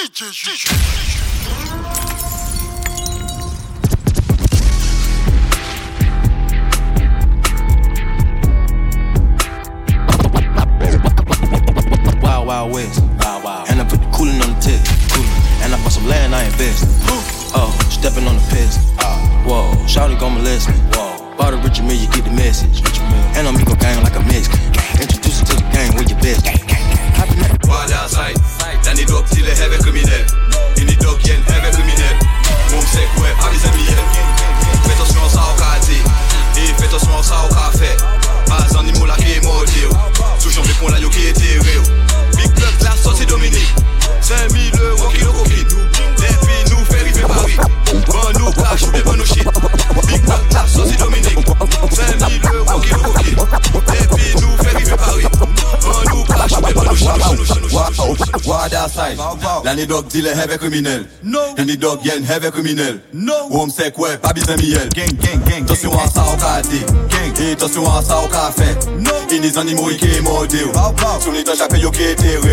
DJ Juju. Wild West. And I put the coolin' on the tip. And I bought some land, I invest. Oh, stepping on the piss. Whoa, shawty gon' molest me. Bought a Richard Mille, you get the message. And I'm go gang like a Mexican. Introduce it to the gang with your best. Wild outside, Danny Dog dit les heavy criminels. Danny Dog yen heavy criminel. Mon sec ouais, pas les amis. Fais attention ça au quartier. Et fais attention ça au café. Pas animaux là qui est maudit. Toujours mes ponts là yo qui est terré. Big Blood la sauce Dominique. 5 000 € kilo coquille. Depuis nous fait river Paris. Bon nous cash ou bien bon nous shit. Big Blood la sauce Dominique. 5 000 € kilo coquille. Depuis nous fait river Paris. Bon nous cash ou bien bon nous shit. Wild outside. Danny Dog dit les heavy criminels. Danny Dog yen heavy criminel. Home sec ouais, pas besoin miel. Gang. Attention à ça au quartier. Et attention à ça au café. Et des animaux qui est maudit. Sur les dents yo qui est terré.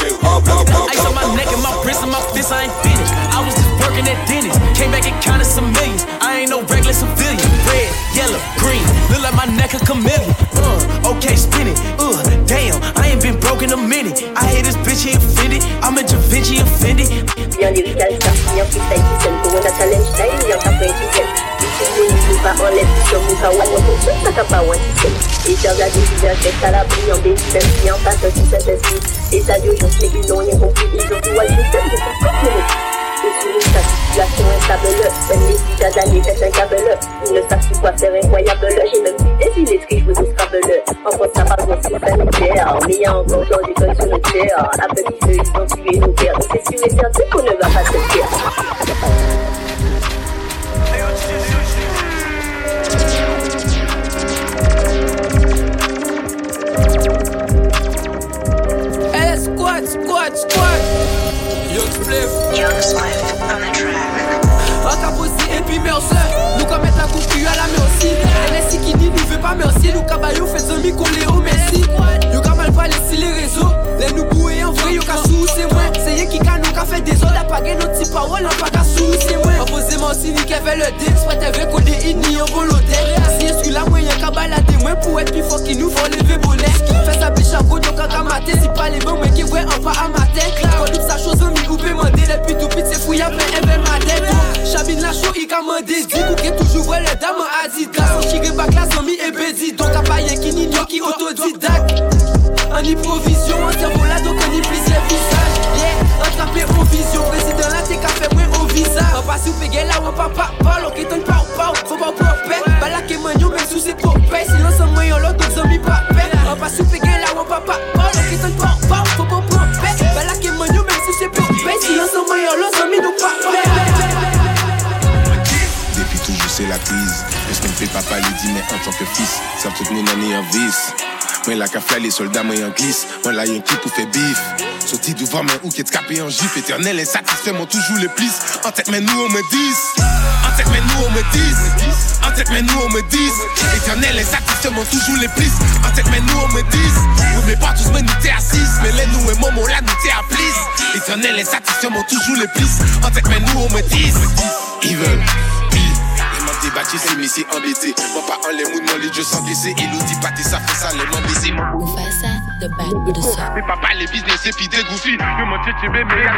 Ice on my neck and my wrist and my fist, I ain't finished. I was just working at Dennis, came back and counted some millions. I ain't no regular civilian. Red, yellow, green, look like my neck a chameleon. Okay, spin it. Damn, I ain't been broke in a minute. I hate this bitch, he offended. I'm a Da Vinci offended. Bien lyrical, ça, bien freestyle qui s'aime. Pour un challenge style, bien capé qui s'aime. Nous pas en l'air, sur nous pas ouais, ça t'a pas ouais, et j'ai regardé plusieurs textes à la pluie en baby, même si en face de cet esprit. Et ça dit aujourd'hui qu'ils n'ont rien compris, ils ont tout à juste, je suis comme et sur une situation instable, même les filles d'années fait un câble, ils ne savent plus quoi faire incroyable, j'ai même dit désilé ce que je vous escrable, en France ça parle de c'est sanitaire, mais il y a encore dans des connes sur le terre, à petit feu ils ont tué nos pères, donc c'est sûr et certain qu'on ne va pas se faire. Squad. Young Spliff on the track. En caposi et puis merci. Nous comme mettre la couture à la merci. LSI qui dit nous veut pas merci. Nous cabayou fait zombi collé au merci. Nous comme mal pas laisser les réseaux. Les nous bouer en vrai, yo ka sous c'est moi. C'est yé qui ka nous ka fait des ordres. Pas gagner nos petits paroles, on pas ka sous c'est moi. Opposément si ni qu'elle fait le dé. Soit t'avais codé ni en volontaire. Si est-ce que la moyen ka balader moi pour être plus fort qui nous faut lever bonnet. Fais sa biche à go donc ka mater. Si pas les bons moi qui ouais en pas à mater. Quand nous sa chose mi ou peut demander depuis tout petit c'est fouille après elle veut ma tête. Chabine la show il ka mandé. Dit ou que toujours ouais les dames Adidas. On chire back la zombie et bédi. Donc a pas y'a qui ni qui autodidacte. En improvision, on cerveau là donc on y plusieurs visages. Yeah, attrapé en vision. Président là t'es qu'à faire moins au visage. On passe ou péguer là on pas parle. Ok t'en pas faut pas propre. Balak et magnon même sous ses propres. Sinon sans moyen l'autre donc zombie pas pète. On passe ou péguer là on pas parle. Ok t'en pas faut pas propre. Balak et magnon même sous ses propres. Sinon sans moyen l'autre zombie nous pas pète. Depuis toujours c'est la crise. Est-ce qu'on fait papa lui dit mais en tant que fils ça me soutenir dans les vice. Moi la café les soldats moi en glisse. Moi là y'a un clip pour faire bif. Sorti devant mais où qu'est capé en gif. Éternel insatisfait moi toujours les plis. En tête mais nous on me dit. En tête mais nous on me dit. En tête mais nous on me dit. Éternel insatisfait moi toujours les plis. En tête mais nous on me dit. Oui mais pas tous mais nous t'es assis. Mais les nous et maman là nous t'es à plis. Éternel insatisfait moi toujours les plis. En tête mais nous on me dit. Ils veulent. Débattu, c'est mais c'est embêté. Moi pas en les mouvements, les dieux sans blesser. Il nous dit pas ça fait ça, les mains baissées. Mufasa, the bad producer. Mais papa les business et puis dégouffi. Mais mon tête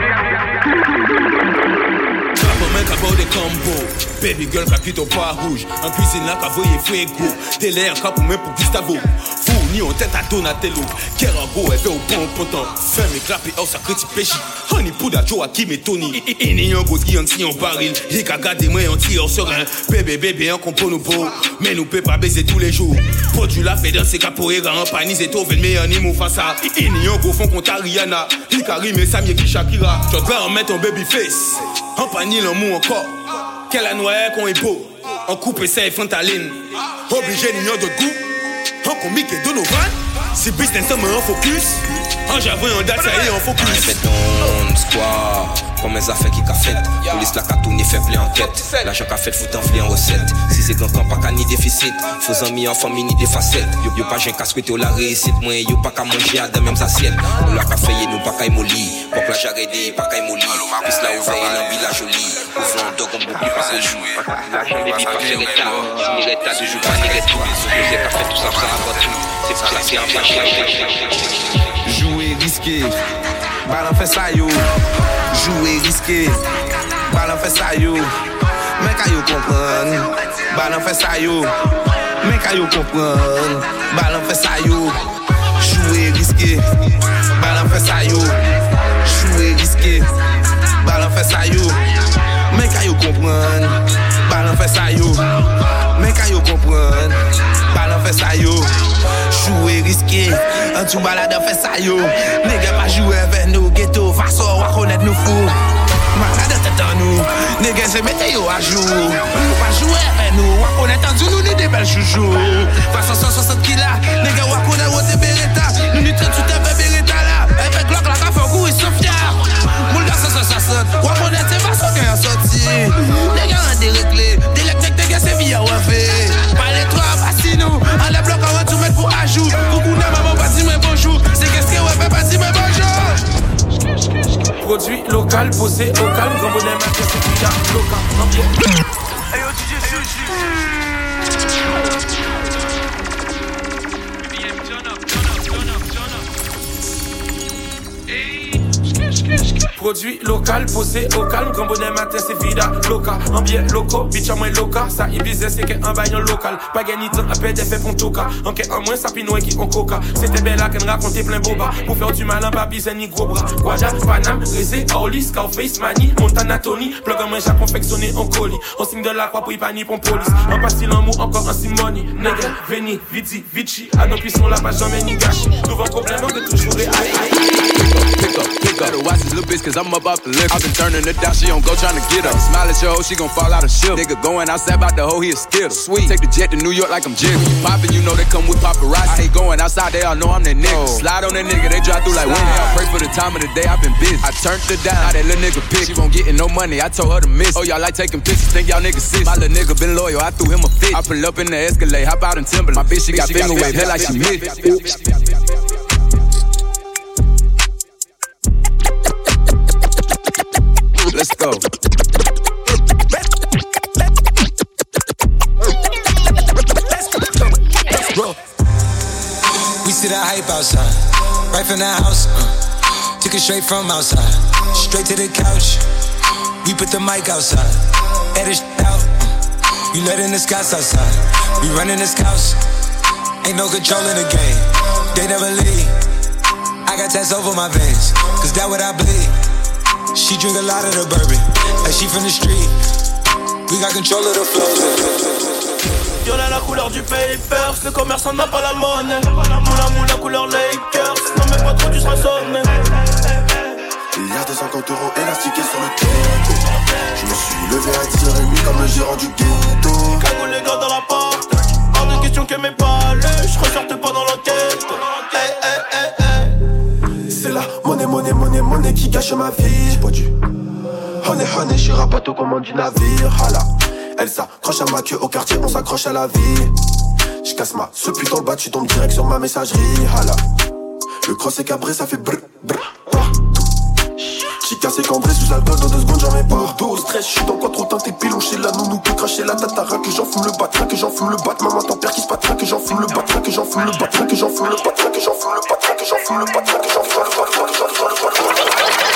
Mec a des combos, baby girl qui quitte au poids rouge. En cuisine là qu'a voyé fuego. T'es l'air cap pour même pour Gustavo. Fourni en tête à Donatello. Kerago est fait au bon content. Femme et clap et au sacré type péchi. Honey Pouda Joachim et Tony. Et n'y a un gros qui en tire en baril. J'ai qu'à garder moi en tire serein. Bébé on comprend nos beaux. Mais nous peut pas baiser tous les jours. Produit la fait danser capoeira en panis et tout. Ven meilleur ni mon face à. Et n'y a un gros fond contre Ariana. Il Karim et Samir qui Shakira. Tu dois en mettre ton baby face. En panier l'amour encore. Quelle a noyé qu'on est beau. En coupe et ça est frontaline. Obligé d'ignon de goût. En comique et Donovan. C'est business mais en focus. En j'avoue en date ça y est en focus. Répétons squad. Comme mes affaires qui qu'a fait. Police la qu'a tourné, fait plein enquête. L'argent qu'a fait fout enflé en recette. Si c'est grand camp, pas qu'à ni déficit. Faut amis en famille ni des facettes. Yo pas j'ai qu'à souhaiter la réussite. Moi, yo pas qu'à manger à des mêmes assiettes. Nous la qu'a fait, nous pas qu'à émoli. Pour que la j'arrête, pas qu'à émoli. Puis la ouvert dans le village joli. Ouvrons donc on peut pas se jouer. L'argent baby pas faire état. Si ni état de joue pas ni tout. Je sais qu'a fait tout ça, ça avant tout. C'est pas la c'est un flash. Jouer risqué. Ballon fait ça yo. Jouer risqué. Ballon fait ça yo. Mais quand yo comprendre. Ballon fait ça yo. Mais quand yo comprendre. Ballon fait ça yo. Jouer risqué. Ballon fait ça yo. Jouer risqué. Ballon fait ça yo. Mais quand yo comprendre. Ballon fait ça yo. Mais quand yo comprendre. Ballon fait ça yo. Jouer risqué. En tout balade fait ça yo. Nègre pas jouer avec nous. Ghetto façon on va connaître nous fous. Malade tête en nous. Nègre se mettez yo à jour. Pas jouer avec nous. On va connaître en dessous nous ni des belles chouchous. Façon 160 kilos. Nègre on va connaître où t'es Beretta. Nous ni traite tout un peu Beretta là. Avec Glock la café au goût ils sont fiers. Moule dans 160. On va connaître ces façons qui ont sorti. Nègre on déréglé. Délecte nègre c'est via ou fait. Pas les trois passi nous. En les blocs on va tout mettre pour ajout. Coucou n'a maman pas dit mais bonjour. C'est qu'est-ce que ouais fait pas dit mais bonjour. Produit local, posé au calme, grand bonnet matin, c'est tout ça, local, hey yo DJ Sushi. Produit local, posé au calme, grand bonnet matin, c'est vida, loca, ambier loco, bitch à moins loca, ça y business, c'est qu'un baillon local, pas gagné temps, à perdre fait pour toka, en qu'un en moins, ça pinoy qui on coca, c'était belle à qu'elle racontait plein boba, pour faire du malin, pas besoin ni gros bras, Guaja, Panam, Rézé, Aoli, Scarface, Mani, Montana, Tony, plug en main, j'ai confectionné en colis, on signe de la croix pour y pas ni pour police, en pastil en mou, encore en simoni, nègre, veni, vidi, vici, à nos puissons là, pas jamais ni gâchis, nouveau problème, on peut toujours les Pick up, watch this little bitch cause I'm up off the liquor. I've been turning her down, she don't go tryna get up. Smile at your hoe, she gon' fall out of shit. Nigga going outside about the hoe, he a skittle. Sweet, take the jet to New York like I'm Jiggy. Poppin', you know they come with paparazzi. I hate going outside, they all know I'm that nigga. Slide on that nigga, they drive through like winning. I pray for the time of the day, I've been busy. I turned her down, now that little nigga pick. She won't get no money, I told her to miss. Oh, y'all like taking pictures, think y'all niggas sis. My little nigga been loyal, I threw him a fit. I pull up in the Escalade, hop out in Timberland. My bitch, she got finger wave, head like she missed. Let's go. We see the hype outside, right from the house. Took it straight from outside, straight to the couch. We put the mic outside, edit out. You letting the scouts outside, we running the scouts. Ain't no control in the game, they never leave. I got tats over my veins, cause that's what I bleed. She drink a lot of the bourbon, like she from the street. We got control of the flow. Violet la couleur du papers, le commerçant n'a pas la monnaie. Moula couleur Lakers, non mais pas trop tu seras sonné. Il y a 250 € élastiqués sur le tête. Je me suis levé à 10h30 comme le gérant du ghetto. Cagoule les gars dans la porte, hors de question que mes balles, je ressortais pas dans l'enquête. C'est la monnaie qui gâche ma vie. J'ai pas du honey, j'irai pas tout comme du navire. Hala, elle s'accroche à ma queue au quartier, on s'accroche à la vie. J'casse ma ce putain le bas, tu tombes direct sur ma messagerie. Hala, le cross est cabré, ça fait brr brr. Chica c'est cambré sous alcool, dans 2 secondes j'en mets pas. Dos au stress, j'suis dans quoi trop teinté, pilon chez la nounou, peut cracher la tatara, que j'en fume le bat, que j'en fume le bat, maman ton père qui se battra, que j'en fume le bat, que j'en fume le bat, que j'en fume le bat, que j'en fume le bat, que j'en fume le bat, que j'en fume le bat, que j'en fume le bat.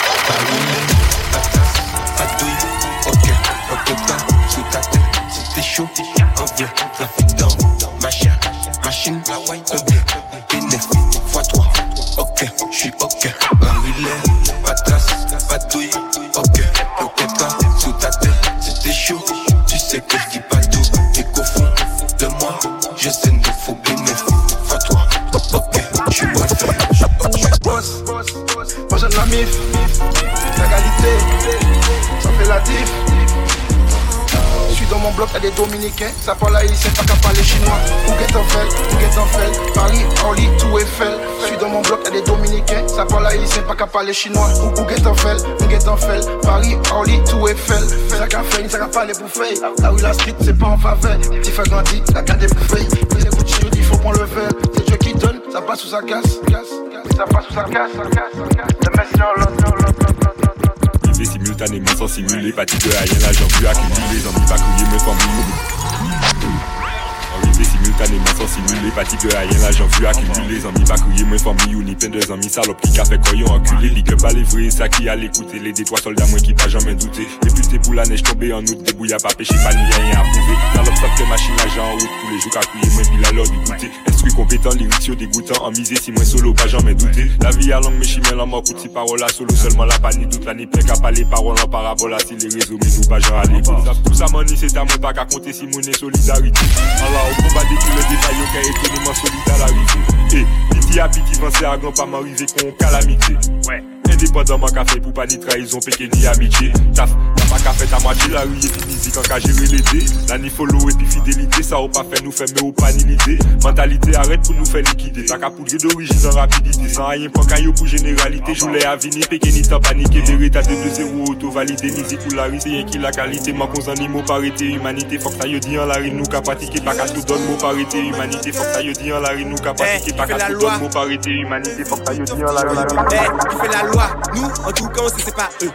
Patouille, ok, sous ta tête, c'était chaud, envieux, trafic dans machin, machine, combien, bénéf, x3, ok, j'suis ok, Marie-Laire, patas, patouille, ok, sous ta tête, c'était chaud, tu sais que j'dis pas tout, et qu'au fond de moi, je sais ne faut bénéf, x3, ok, j'suis bon fait, boss, moi j'aime la mif, la qualité, ça fait la diff. J'suis dans mon mon bloc, y'a des Dominicains. Ça parle haïtien, pas qu'à parler chinois. Où get en fait, Paris, Orly, tout Eiffel. J'suis dans mon bloc, y'a des Dominicains. Ça parle haïtien, pas qu'à parler chinois. Où get en fait, Paris, Orly, tout Eiffel. Ça qu'a fait, ça qu'a parlé pour faire. Là où la street, c'est pas en faveur. Petit fait grandi, la garde pour faire. Les coups de chiout, il faut prendre le verre. C'est Dieu qui donne, ça passe sous sa casse. Ça passe sous sa casse. Le messie en l'autre. Simultanément sans simuler, pas de rien, là j'en veux accumuler, les amis pas crier, mais famille. Arrivé simultanément sans simuler, pas de rien, là j'en veux accumuler, les amis pas crier, mais famille, ou ni plein de amis salopes qui café coyon enculé, big up à l'évrer, ça qui a l'écouter, les détois soldats moi qui pas jamais douté, député pour la neige tombée en août, débrouille à pas péché, pas ni rien à prouver, salope sauf que machine à genre en route, tous les jours qu'à crier, moi pile à l'heure du goûter, instruit compétent, lyrics dégoûtant, en misé si moi solo, pas jamais douté, la vie à langue, mais chimère, la mort, si parole à solo, seulement la panique, toute l'année, plein qu'à parler, parole en parabole, si les réseaux, mais nous pas genre à l'écoute, tout ça mani, c'est à moi pas qu'à compter si mon est solidarité, alors au combat des coups, le détail, au cas étonnamment solide à l'arrivée, piti à piti, pensez à grand pas m'arriver qu'on calamité, ouais. Indépendamment qu'a fait pour pas ni trahison, péché ni amitié. T'as pas qu'à fait ta moitié, la rue et puis musique en qu'à gérer l'été. La ni follow et puis fidélité, ça ou pas fait nous faire mais ou pas ni l'idée. Mentalité arrête pour nous faire liquider. T'as qu'à poudrer d'origine en rapidité. Sans rien pas caillou pour généralité. J'voulais à venir, péché ni t'en paniquer. Véritable de 2-0 auto-validé. Musique ou la rue, c'est rien qui la qualité. Manquons animaux parité, humanité. Faut que ça y dit en la rue, nous qu'à pratiquer. Pas qu'à tout donne mot parité, humanité. Faut que ça y dit en la rue, nous qu'à pratiquer. Pas qu'à tout donne mot parité, humanité. Faut que ça y dit en la rue. Tu fais la loi. Nous, en tout cas, on sait c'est pas eux.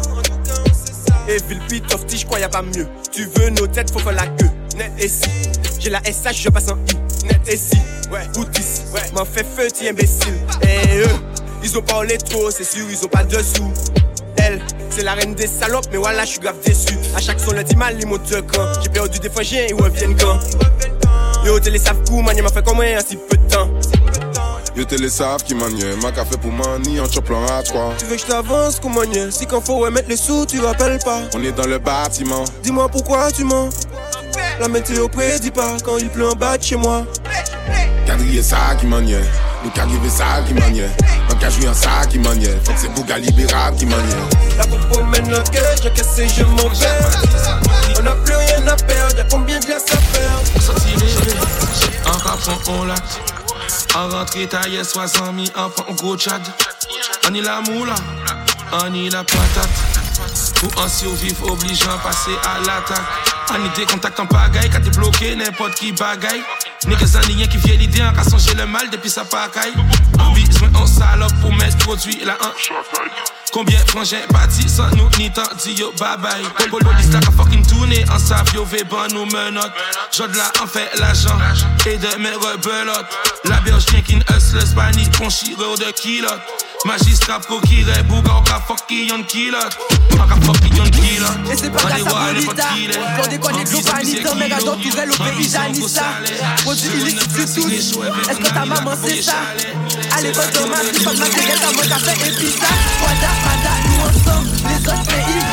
Et Vilpit of T, j'crois y'a pas mieux. Tu veux nos têtes, faut faire la queue. Net et si, j'ai la SH, je passe en I. Net et si, ouais, bouddhiste, ouais, m'en fait feu, t'y imbécile. Et eux, ils ont parlé trop, c'est sûr, ils ont pas de sous. Elle, c'est la reine des salopes, mais voilà, j'suis grave déçu. À chaque son, lundi mal, ils montent de camp. J'ai perdu des frangins, ils reviennent quand. Yo, t'es les savent coup, man, m'a fait comme un si peu de temps. Yo t'es les savent qui manie, ma café pour manie en chop plan à 3. Tu veux que je t'avance comme manie, si quand faut mettre les sous, tu rappelles pas. On est dans le bâtiment. Dis-moi pourquoi tu mens. La météo prédit pas quand il pleut en bas de chez moi. Quadriller ça qui manie, nous qu'arriver ça qui manie. On qu'a joué en ça qui manie, faut que c'est Bouga libérable qui manie. La popo mène le cœur, j'ai cassé, je m'en vais. On n'a plus rien à perdre, y'a combien de glace à faire. Sorti léger, en rapant on l'a. En rentrée taillé 60 000 enfants au gros Tchad. On y la moula, on y la patate. Pour en survivre obligeant passer à l'attaque. On y des contacts en pagaille, quand t'es bloqué n'importe qui bagaille. Niggas en rien qui vient l'idée en qu'à songer le mal depuis sa pagaille. On besoin en salope pour mettre produit là en. Combien frangins partis sans nous ni tant dit yo bye bye. Police là qu'a fucking tourné en savent yo ve ban nous menottes. Jod là en fait l'argent et de mes rebelotes. La berge rien qu'une hustleuse panique conchiro de kilote. Magistrat procuré bouga au ka fucking yon kilote. Pas ka fucking yon kilote. Et c'est pas grâce à Bonita. Quand des connais de l'Opanita, mais gardons tout vrai au pays Janissa. Produit illicite sur tous. Est-ce que ta maman sait ça? À l'école de ma fille, pas de matériel, ta maman café et pizza. Wada, Mada, nous ensemble, les autres pays.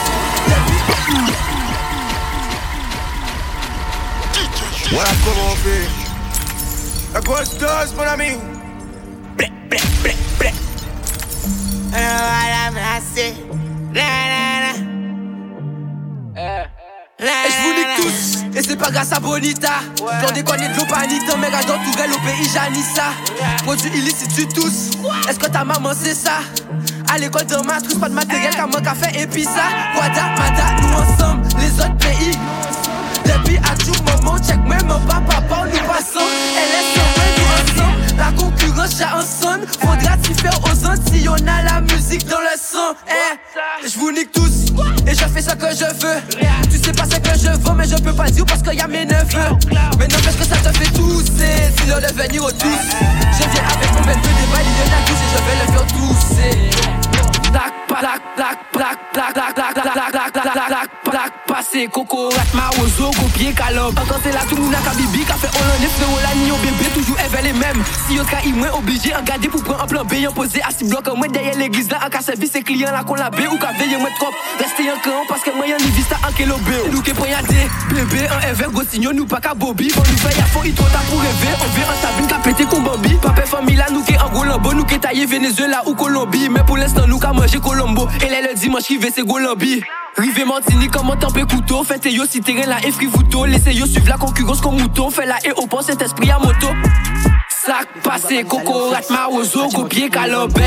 Voilà comment on fait. La grosse dose, mon ami. Blé, blé, blé, blé. Et je vous nique tous, et c'est pas grâce à Bonita. J'en déconne de l'Opanita, mais gardons tout vrai au pays Janissa. Produit illicite sur tous, est-ce que ta maman sait ça? À l'école de ma trousse, pas de matériel, t'as mon café et pizza. Wada, Mada, nous ensemble, les autres pays. Depuis à tout moment, check même papa, nous passons. Elle est sur nous ensemble. La concurrence, j'ai un son. Faudra t'y faire aux autres si on a la musique dans le sang. Je vous nique tous, et je fais ce que je veux. Tu sais pas ce que je veux, mais je peux pas dire parce qu'il y a mes neveux. Mais non, parce que ça te fait tousser. Si l'on veut venir au tous, je viens avec mon bête de débat, il y en a tous et je vais le faire tousser. Black, black, black, black, black, black, black, black, black, black, black, black, black, passé, coco, ratma, ozo, copier, calope. Encore c'est là, tout le monde a qu'à bibi, qu'a fait hollandais, frérot, la nion, bébé, toujours éveillé les mêmes. Si y'a qu'à y moins obligé, en garder pour prendre un plan B, y'en poser à 6 blocs, en moins derrière l'église, là, en qu'à servir ses clients, là, qu'on l'a B, ou qu'à veiller moins trop. Restez en camp, parce que moi, y'en y vise, t'as un kilo B. Nous qui prenons des bébés, un éveil, gossignon, nous pas qu'à Bobby. Bon, nous fait, y'a fond, il trop tard pour rêver. On vient en sabine, qu'à péter qu'on Bambi. Papa famille, là, nous qui en Golambo, nous qui taillé Venezuela ou Colombie. Mais pour l'instant, nous qu'à manger Colombo. Et là, le dimanche qui veut, c'est Golambi. Rive Martini comme on tape couteau. Faites yo si terrain la effri vouto. Laissez yo suivre la concurrence comme mouton. Fait la et au pont cet esprit à moto. Sac passé, coco, rat marozo, copier calobé.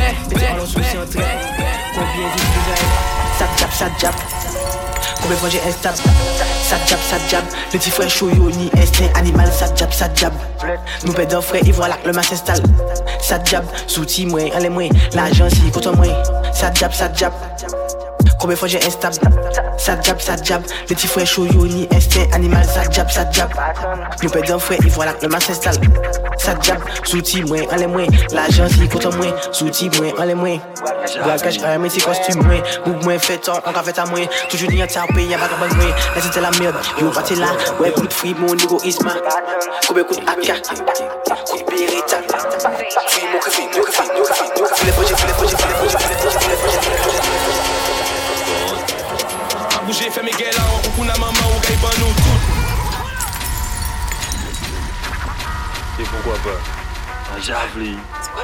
Ça jab. Combien de fois j'ai un stab? Ça jab. Le petit frère chouillou ni instinct animal, ça jab. Nous pèdons frère, ils voient là que le masque s'installe. Ça jab, souti moins, en les moins, l'argent si contre moins. Ça jab. Combien de fois j'ai un stab? Ça jab. Le petit frère chouillou ni instinct animal, ça jab. Nous pèdons frère, ils voient là que le masque s'installe. Ça jab, souti moins, en les moins, l'argent si contre moins. Souti moins, en les moins. Braquage armé, c'est costume moins. Boug moins, fait temps, on va faire ta moins. Toujours n'y a pas de y'a pas de bonne moins. Là c'était la merde, yo parti là. Ouais, coup de free, mon égoïsme. Combien coup de AK, coup de Beretta. Free, mon café, les projets. Bouger, fait mes gars là, on a maman, on gagne pas nous toutes. Et pourquoi pas? Un javelin.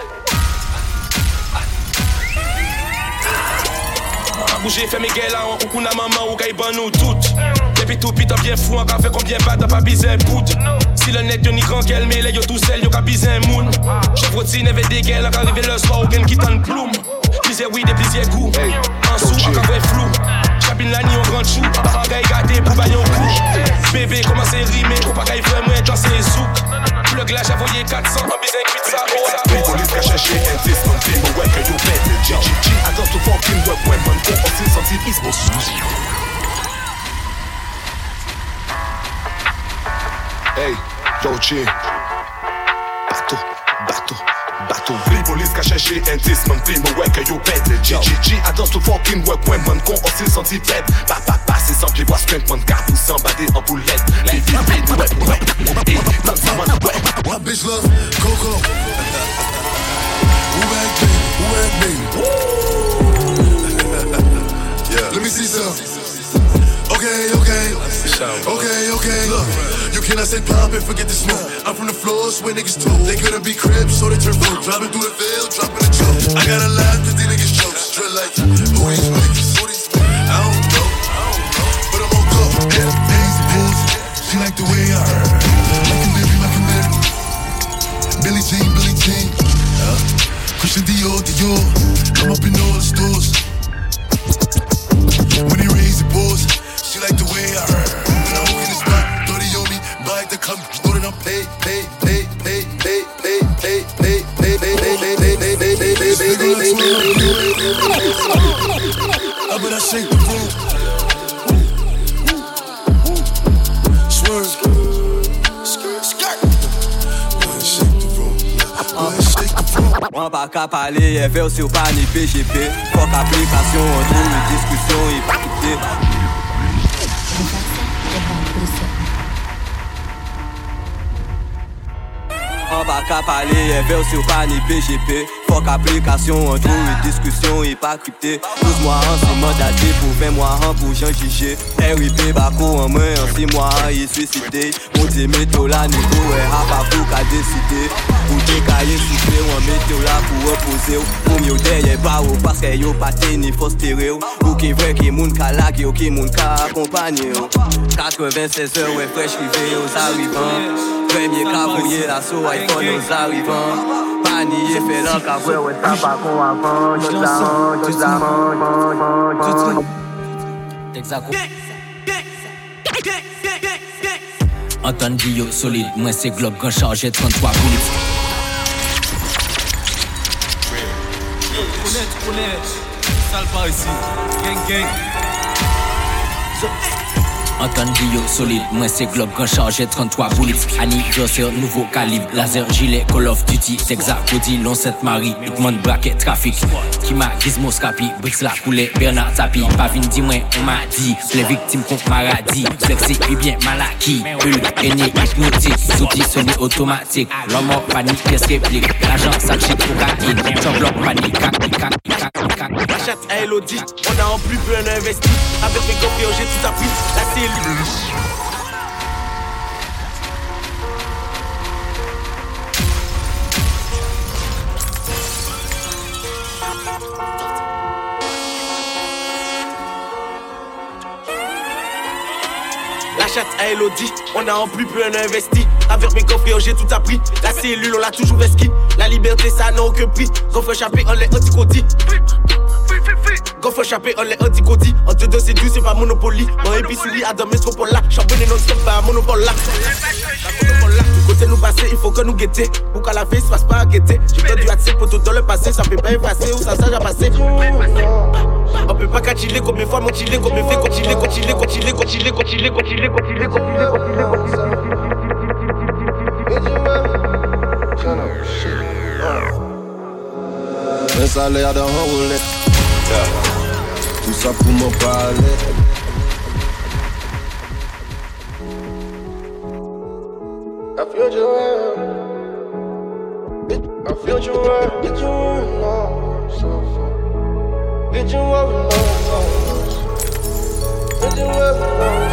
Bouger, fait mes gars là, on a maman, on gagne pas nous toutes. Depuis tout pis, t'as bien fou, on fait combien pas, t'as pas bisé un poudre. Si le net, y'en y grand qu'elle, mais là, y'en tout seul, y'en qu'a bisé un moun. Chef routine, n'avait des gars, là, qu'arrivé le soir, aucun qui t'en plume. Plusieurs oui, des plusieurs goûts. En sous, en vrai flou. Chapine la nuit, on grand chou. Bagaille gâté pour bailler au cou. Bébé, commence à rimer, qu'on pas gaille vraiment, danser les souks. Plug là, j'avoyais 400, en bisé, cuit ça. Les polices qu'a cherché un test, mon film, ouais, que you pète. GGG, attends, tout fucking web, ouais, man, on s'est senti ismo. Hey, yo, G. Bateau. Les polices qu'a cherché un test, mon film, ouais, que you pète. GGG, attends, tout fucking web, ouais, man, on s'est senti pète. C'est sans pis, voir skunk, man, car tout s'emballer en boulette. Les filles, ouais. Et dans le man, ouais. My bitch love Coco. Who baby? Yeah. Let me see some. Okay. Look, you cannot say pop and forget the smoke. I'm from the floors where niggas talk. They couldn't be cribs, so they turn broke. Driving through the field, dropping the choke. I gotta laugh cause these niggas jokes. Drill like, who these niggas? I don't know. But I'm on go. Daisy pulls, she like the way I heard. Like a lyric. Billie Jean. Christian Dior. I'm up in all the stores. When he raise the balls, she like the way I heard. When I walk in the spot, 30 on me, buy the cup, know that I'm paid. I bet I shake the room. Swerve. On pas qu'à parler, elle fait aussi au pas ni PGP. Fuck application, on trouve une discussion et pas quitter. On va qu'à parler, elle fait aussi au pas ni PGP. Fuck application, on trouve une discussion et pas crypté. 12 mois en 6 mois daté pour 20 mois en pour Jean Gigé. RIP Bako en main en 6 mois en y suicidé. Mon dit météo là niveau est pas pour qu'à décider. Pour décailler souffler ou en météo là pour reposer. Pour mieux derrière pas ou parce que yo pas ni faux stéréo. Ou qui vrai qui moun ka la qui ok moun ka accompagner. 96 heures ouais fraîche rivé aux arrivants. Premier cavouiller la sous iPhone aux arrivants. Panier fait l'encavouer ouais ça pas qu'on avant. Entendu yo solide, moi c'est globe grand chargé 33 bullets. Tu connais, sale par ici, gang. Entendu yo solide, moi c'est globe grand chargé 33 bullets. Anniversaire, nouveau calibre, laser, gilet, Call of Duty, Sexa, Cody, Long Sainte-Marie, Hitman, braquet, trafic. Qui m'a gizmo scapi, Brix la coulée, Bernard Tapie. Pas vin dis-moi, on m'a dit, les victimes contre maladie. Flexé, puis bien malaki, aîné, hypnotique, souti, sonné automatique. L'homme en panique, pièce réplique, l'agent, sachet, cocaïne, chambloc, panique, La chatte à Elodie, on a en plus peu investi. Avec mes copains, j'ai tout appris, la cellule. chatte à Elodie. On a en plus un investi. Avec mes coffres, j'ai tout appris. La cellule, on l'a toujours vesquie. La liberté, ça n'a aucun prix. Gaufre échappé, on l'est anti-codie. Gaufre échappé, on l'est anti-codie. Entre deux, c'est dur, c'est pas Monopoly. Mon épicerie, Adam Métropole là. Charbonné non-stop, pas Monopole là. Du côté nous passer, il faut que nous guetter. Pour qu'à la vie, se passe pas à guetter. J'ai perdu accès pour tout dans le passé. Ça peut pas effacer ou ça a passé. On peut pas qu'achiller combien de fois mon chiller, combien de fois continuer. Un salaire dans un roulette. Tout ça pour m'en parler. I feel your I feel your get you along so far. Get you along Get you along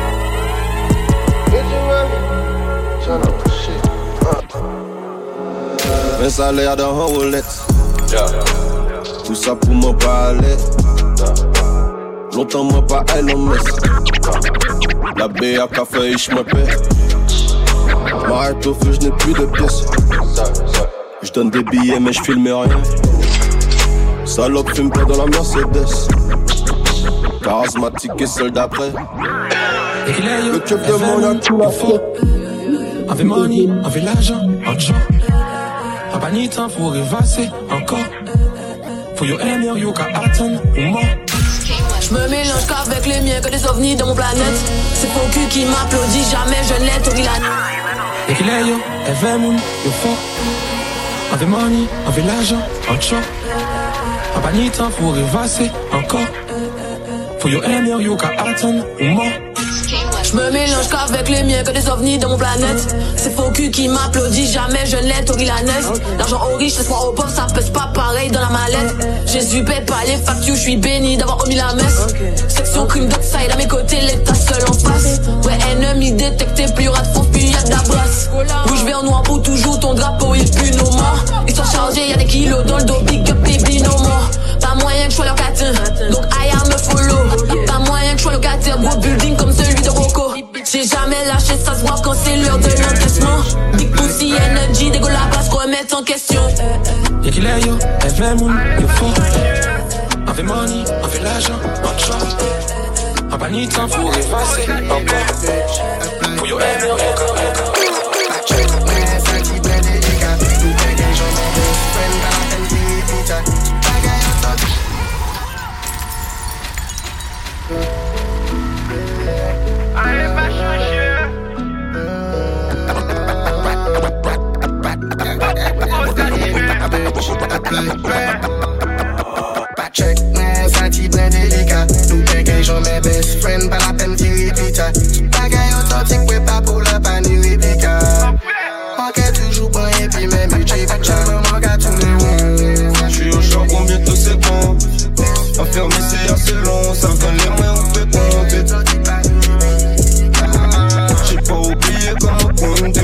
Get you along turn up the shit. Un salaire dans un roulette. Tout ça pour m'en parler. Longtemps moi pas Elon Musk. La BA café je me paie. M'arrête au feu, je n'ai plus de pièces. Je donne des billets mais je filme rien. Salope fume pas dans la Mercedes. Charismatique et seul d'après. Le club de mon a tout la faute. Avec money, avec l'argent, en genre. A pas ni temps pour rêvasser encore. Faut yo aimer, yo ka attendre ou mort. J'me mélange qu'avec les miens, que des ovnis dans mon planète. C'est faux cul qui m'applaudit, jamais je ne l'ai tourné la nuit. Et qu'il est yo, elle moun, yo fort. Avec money, avec l'argent, en genre. A pas ni temps pour rêvasser encore. Faut yo aimer, yo ka attendre ou mort. J'me mélange qu'avec les miens, que des ovnis dans mon planète. C'est faux cul qui m'applaudit, jamais je ne l'ai tourné la neige. L'argent aux riches, l'espoir aux pauvres, ça pèse pas pareil dans la mallette. Jésus paie pas les factures, j'suis béni d'avoir omis la messe. Section crime d'oxide à mes côtés, l'état seul en face. Ouais, ennemi détecté, plus y'aura de faux, puis y'a de la brasse. Rouge, vert, noir pour toujours, ton drapeau il pue nos morts. Ils sont chargés, y'a des kilos dans le dos, big up, baby, no more. Pas moyen que j'sois locatin, donc I am me follow. Pas moyen que j'sois locataire, gros building comme celui de Rocco. J'ai jamais lâché, ça se voit quand c'est l'heure de l'encaissement. Big Pussy Energy, dégo la place, remettre en question. Y'a qu'il est yo, elle moun, yo fort. Avec money, avec l'argent, en genre. A pas ni temps pour effacer encore. Faut yo aimer, yo ka. Check, mais ça t'y bien délicat. Nous quelqu'un j'en mes best friend, pas la peine d'y répéter. Bagaille authentique, ouais pas pour la panne réplica. Manquait toujours bon et puis même budget, maman gâte tous les mots. J'suis au charbon, bientôt c'est bon. Enfermé c'est assez long, ça vient les mains, on fait compter. J'ai pas oublié comment compter.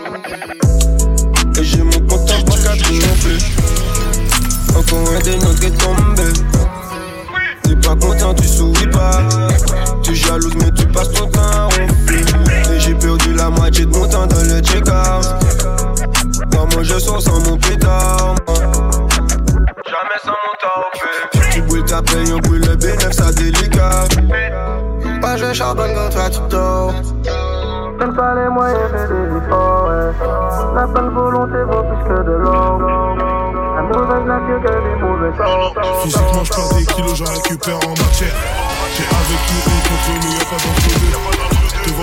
Et j'ai mon compte en banque à triompher. Encore un des nôtres qui est tombé. T'es pas content, tu souris pas. Tu jalouses mais tu passes ton temps à ronfler. Et j'ai perdu la moitié de mon temps dans le check-out. Moi je sors sans mon pétard. Jamais sans mon temps. Tu brûles ta paye, on brûle le bénéfice, ça délicat. Pas je charbonne quand toi tu dors. Donne pas les moyens, fais des efforts, ouais. La bonne volonté vaut plus que de l'or. La mauvaise nature que des mauvais sorts. Physiquement je perds des kilos, j'en récupère en matière. J'ai avec nous et contre nous, y'a pas d'entre-deux. Te vois.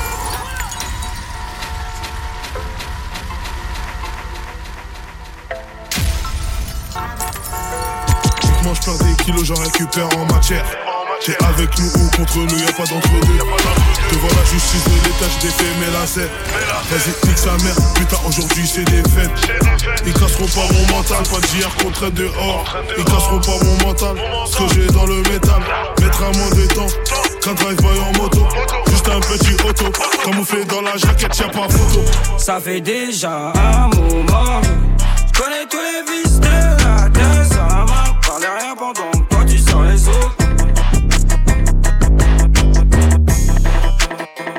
Physiquement je perds des kilos, j'en récupère en matière. T'es avec nous ou contre nous, y'a pas d'entre-deux. Devant la justice de l'état, j'défais mes lacets. Vas-y, nique sa mère, putain, aujourd'hui c'est des fêtes. Ils casseront pas mon mental, pas d'hier contre dehors. Ils casseront pas mon mental, ce que j'ai dans le métal. Mettre un moins de temps, qu'un drive-by en moto. Juste un petit auto, camouflé dans la jaquette, y'a pas photo. Ça fait déjà un moment, j'connais tous les vices de la terre. Ça m'a parlé rien pendant que toi tu sors les autres.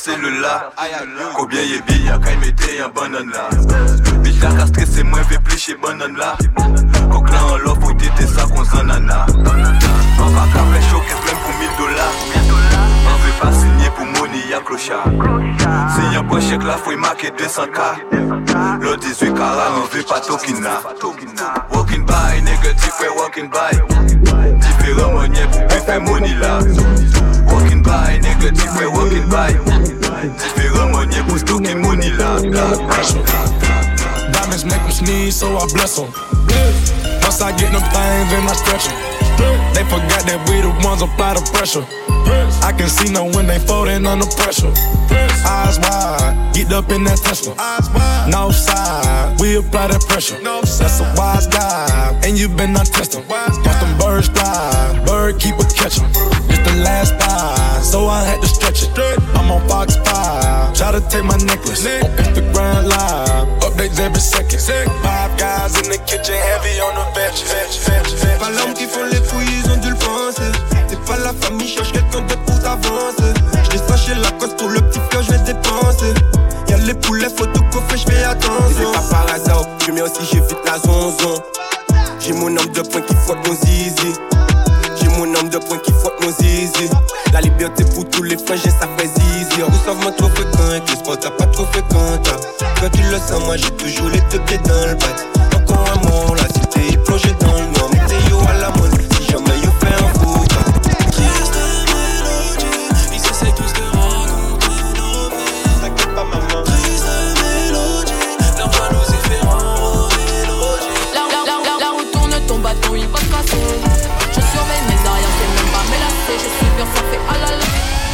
cellule-là. Combien y'a billes, quand il mettait un banane là. Bitch la castré, c'est moins fait plus chez banane là. Coq là en l'offre, faut t'aider ça qu'on s'en nana. On va qu'après chaud, qu'est-ce même pour $1000. On veut pas signer pour money, y'a clochard. Si y'a pas chèque là, faut y marquer 200K. Le 18 carats, on veut pas tokina. Walking by, négatif, ouais, walking by. Différents monnaies pour plus faire money là. Walking by, négatif, ouais, walking by. Différents monnaies pour stocker money là. Diamonds make them sneeze, so I bless them. Once I get them things, then I stretch them. They forgot that we the ones apply the pressure. I can see no when they folding under pressure. Eyes wide, get up in that Tesla. No side, we apply that pressure. That's a wise guy, and you been not testing. Watch them birds fly, bird keep a catching. It's the last buy, so I had to stretch it. I'm on Fox 5, try to take my necklace. On Instagram live, updates every second. 5 guys in the kitchen, heavy on the veg. Pas l'homme qui font les fouilles, ils ont dû le penser. C'est pas la famille, cherche quelqu'un d'autre pour t'avancer. J'l'ai saché la cause pour le petit fleur, j'vais dépenser. Y'a les poulets, photocoffrés, j'fais attention. C'est pas par hasard, je mets aussi, j'évite la zonzon. J'ai mon nombre de points qui frottent mon zizi. J'ai mon nombre de points qui frottent mon zizi. La liberté pour tous les frangins, ça fait zizi. Vous savez moi trop fréquent, le sport t'as pas trop fréquent. Quand tu le sens, moi j'ai toujours les deux pieds dans le bat. Encore un mot, la cité est plongée dans le noir. Mettez yo à la mode, si jamais yo fait un fou. Triste mélodie, ils essaient tous de raconter nos vies. T'inquiète pas maman. Triste mélodie, leur jalousie fait envoler l'ogie. La route tourne, ton bâton il va se casser. Je surveille mes arrières, c'est même pas mélassé. Je suis bien, ça fait ah la la.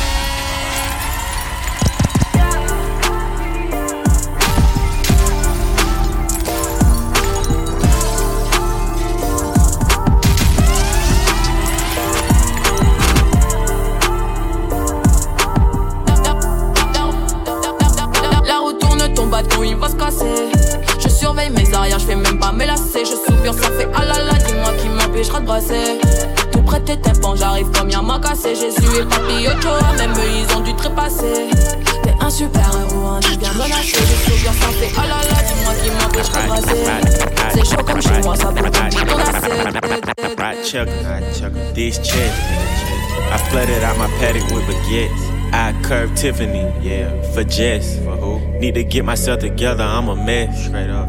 Il va se casser. Je surveille mes arrières, je fais même pas mélasser. Je soupire, ça fait ah la la. Dis-moi qui m'empêchera de brasser. Tout près tes tympans, j'arrive comme y'a m'a cassé. Jésus et Papi Ochoa, même eux ils ont dû trépasser. T'es un super héros, un dieu bien menacé. Je soupire, ça fait ah la la. Dis-moi qui m'empêchera de brasser. C'est chaud comme chez moi, ça brûle comme ton assiette. Right chuck, this check. I flooded out my paddock with baguettes. I curve Tiffany, yeah, for Jess. For who? Need to get myself together, I'm a mess. Straight up.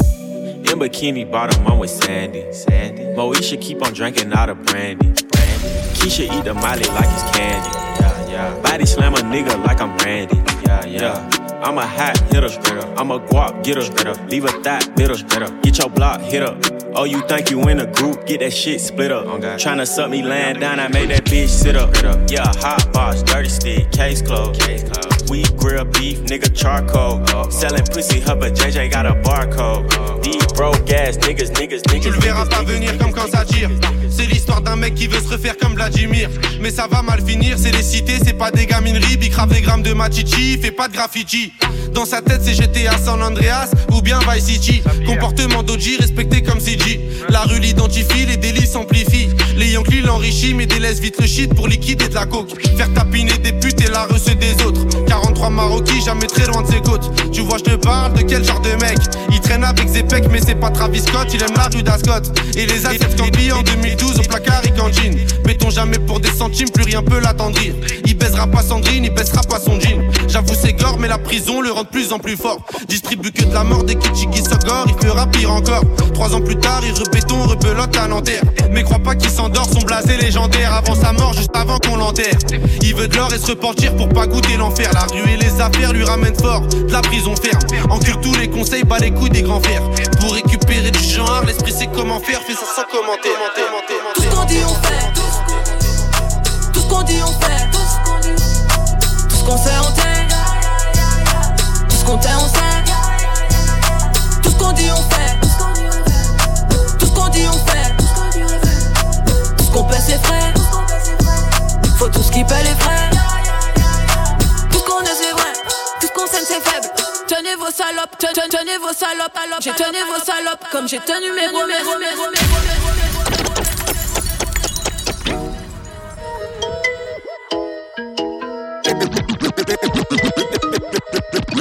In bikini bottom, I'm with Sandy. Moesha keep on drinking out of brandy. Keisha eat the Molly like it's candy. Yeah. Body slam a nigga like I'm Randy. Yeah. I'm a hot hitter, I'm a guap getter, leave a thought bitter, get your block hit up. Oh, you think you in a group, get that shit split up. Tryna suck me laying down, I made that bitch sit up. Yeah, hot box, dirty stick, case closed. We grill beef, nigga charcoal. Selling pussy, her but JJ got a barcode. These broke ass niggas. Tu le verras pas venir comme quand ça tire. C'est l'histoire d'un mec qui veut se refaire comme Vladimir. Mais ça va mal finir, c'est des cités, c'est pas des gamineries. Bicrave des grammes de machichi, fait pas de graffiti. Dans sa tête c'est GTA San Andreas ou bien Vice City. Comportement d'OG respecté comme CG. La rue l'identifie, les délits s'amplifient. Les Yankees l'enrichit mais délaisse vite le shit pour liquider de la coke. Faire tapiner des putes et la recée des autres. 43 Maroquis, jamais très loin de ses côtes. Tu vois je te parle de quel genre de mec. Il traîne avec Zepec mais c'est pas Travis Scott. Il aime la rue d'Ascot. Et les assets Campi en 2012 au placard et cantine. Béton jamais pour des centimes, plus rien peut l'attendrir. Il baisera pas Sandrine, il baissera pas son jean. J'avoue c'est gore mais la prison le rend de plus en plus fort. Distribue que de la mort des Kitschiki Sogor. Il fera pire encore. 3 ans plus tard il rebéton, rebelote à Nanterre. Mais crois pas qu'il s'endort, son blasé légendaire. Avant sa mort, juste avant qu'on l'enterre. Il veut de l'or et se repentir pour pas goûter l'enfer. La rue et les affaires lui ramènent fort. De la prison ferme. Encule tous les conseils, bat les couilles des grands fers. Pour récupérer du genre, l'esprit sait comment faire. Fais ça sans commenter. Tout ce qu'on dit on fait. Tout ce qu'on dit on fait. Tout ce qu'on sait on tait. Tout ce qu'on tait on sait. Tout ce qu'on dit on fait. Tout ce qu'on dit on fait. Tout ce qu'on paie c'est frais. Faut tout ce qui paie les frais. Tout ce qu'on est c'est vrai. Tout ce qu'on sait c'est faible. Tenez vos salopes, tenez vos salopes. J'ai tenu vos salopes comme j'ai tenu mes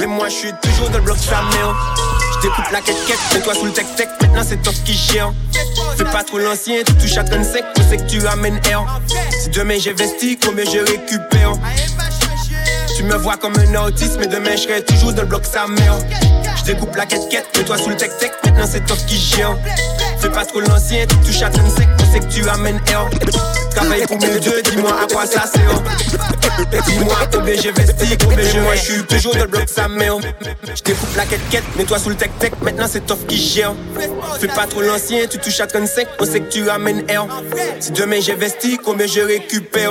moi je suis toujours dans le bloc sa mère. Je découpe la quête, mets-toi sous le tech-tech, maintenant c'est toi qui gère. Fais pas trop l'ancien, tu touches à ton sec, on sait que tu amènes air. Si demain j'investis, combien je récupère? Tu me vois comme un autiste, mais demain je serai toujours dans le bloc sa mère. Je découpe la quête, mets-toi sous le tech-tech, maintenant c'est toi qui gère. Fais pas trop l'ancien, tu touches à ton sec, on sait que tu amènes air. Travaille pour mes deux, dis-moi à quoi ça sert. Dis-moi combien j'investis, combien je suis toujours dans le bloc sa mère. Je découpe la quête, mets-toi sous le tech-tech, maintenant c'est toi qui gère. Fais pas trop l'ancien, tu touches à ton sec, on sait que tu amènes air. Si demain j'investis, combien je récupère?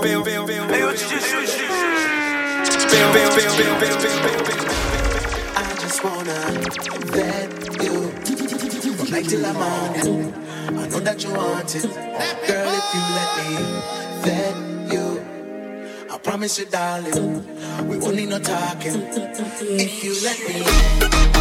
I just wanna let you from night till the morning. I know that you want it, girl. If you let me let you, I promise you, darling, we won't need no talking. If you let me.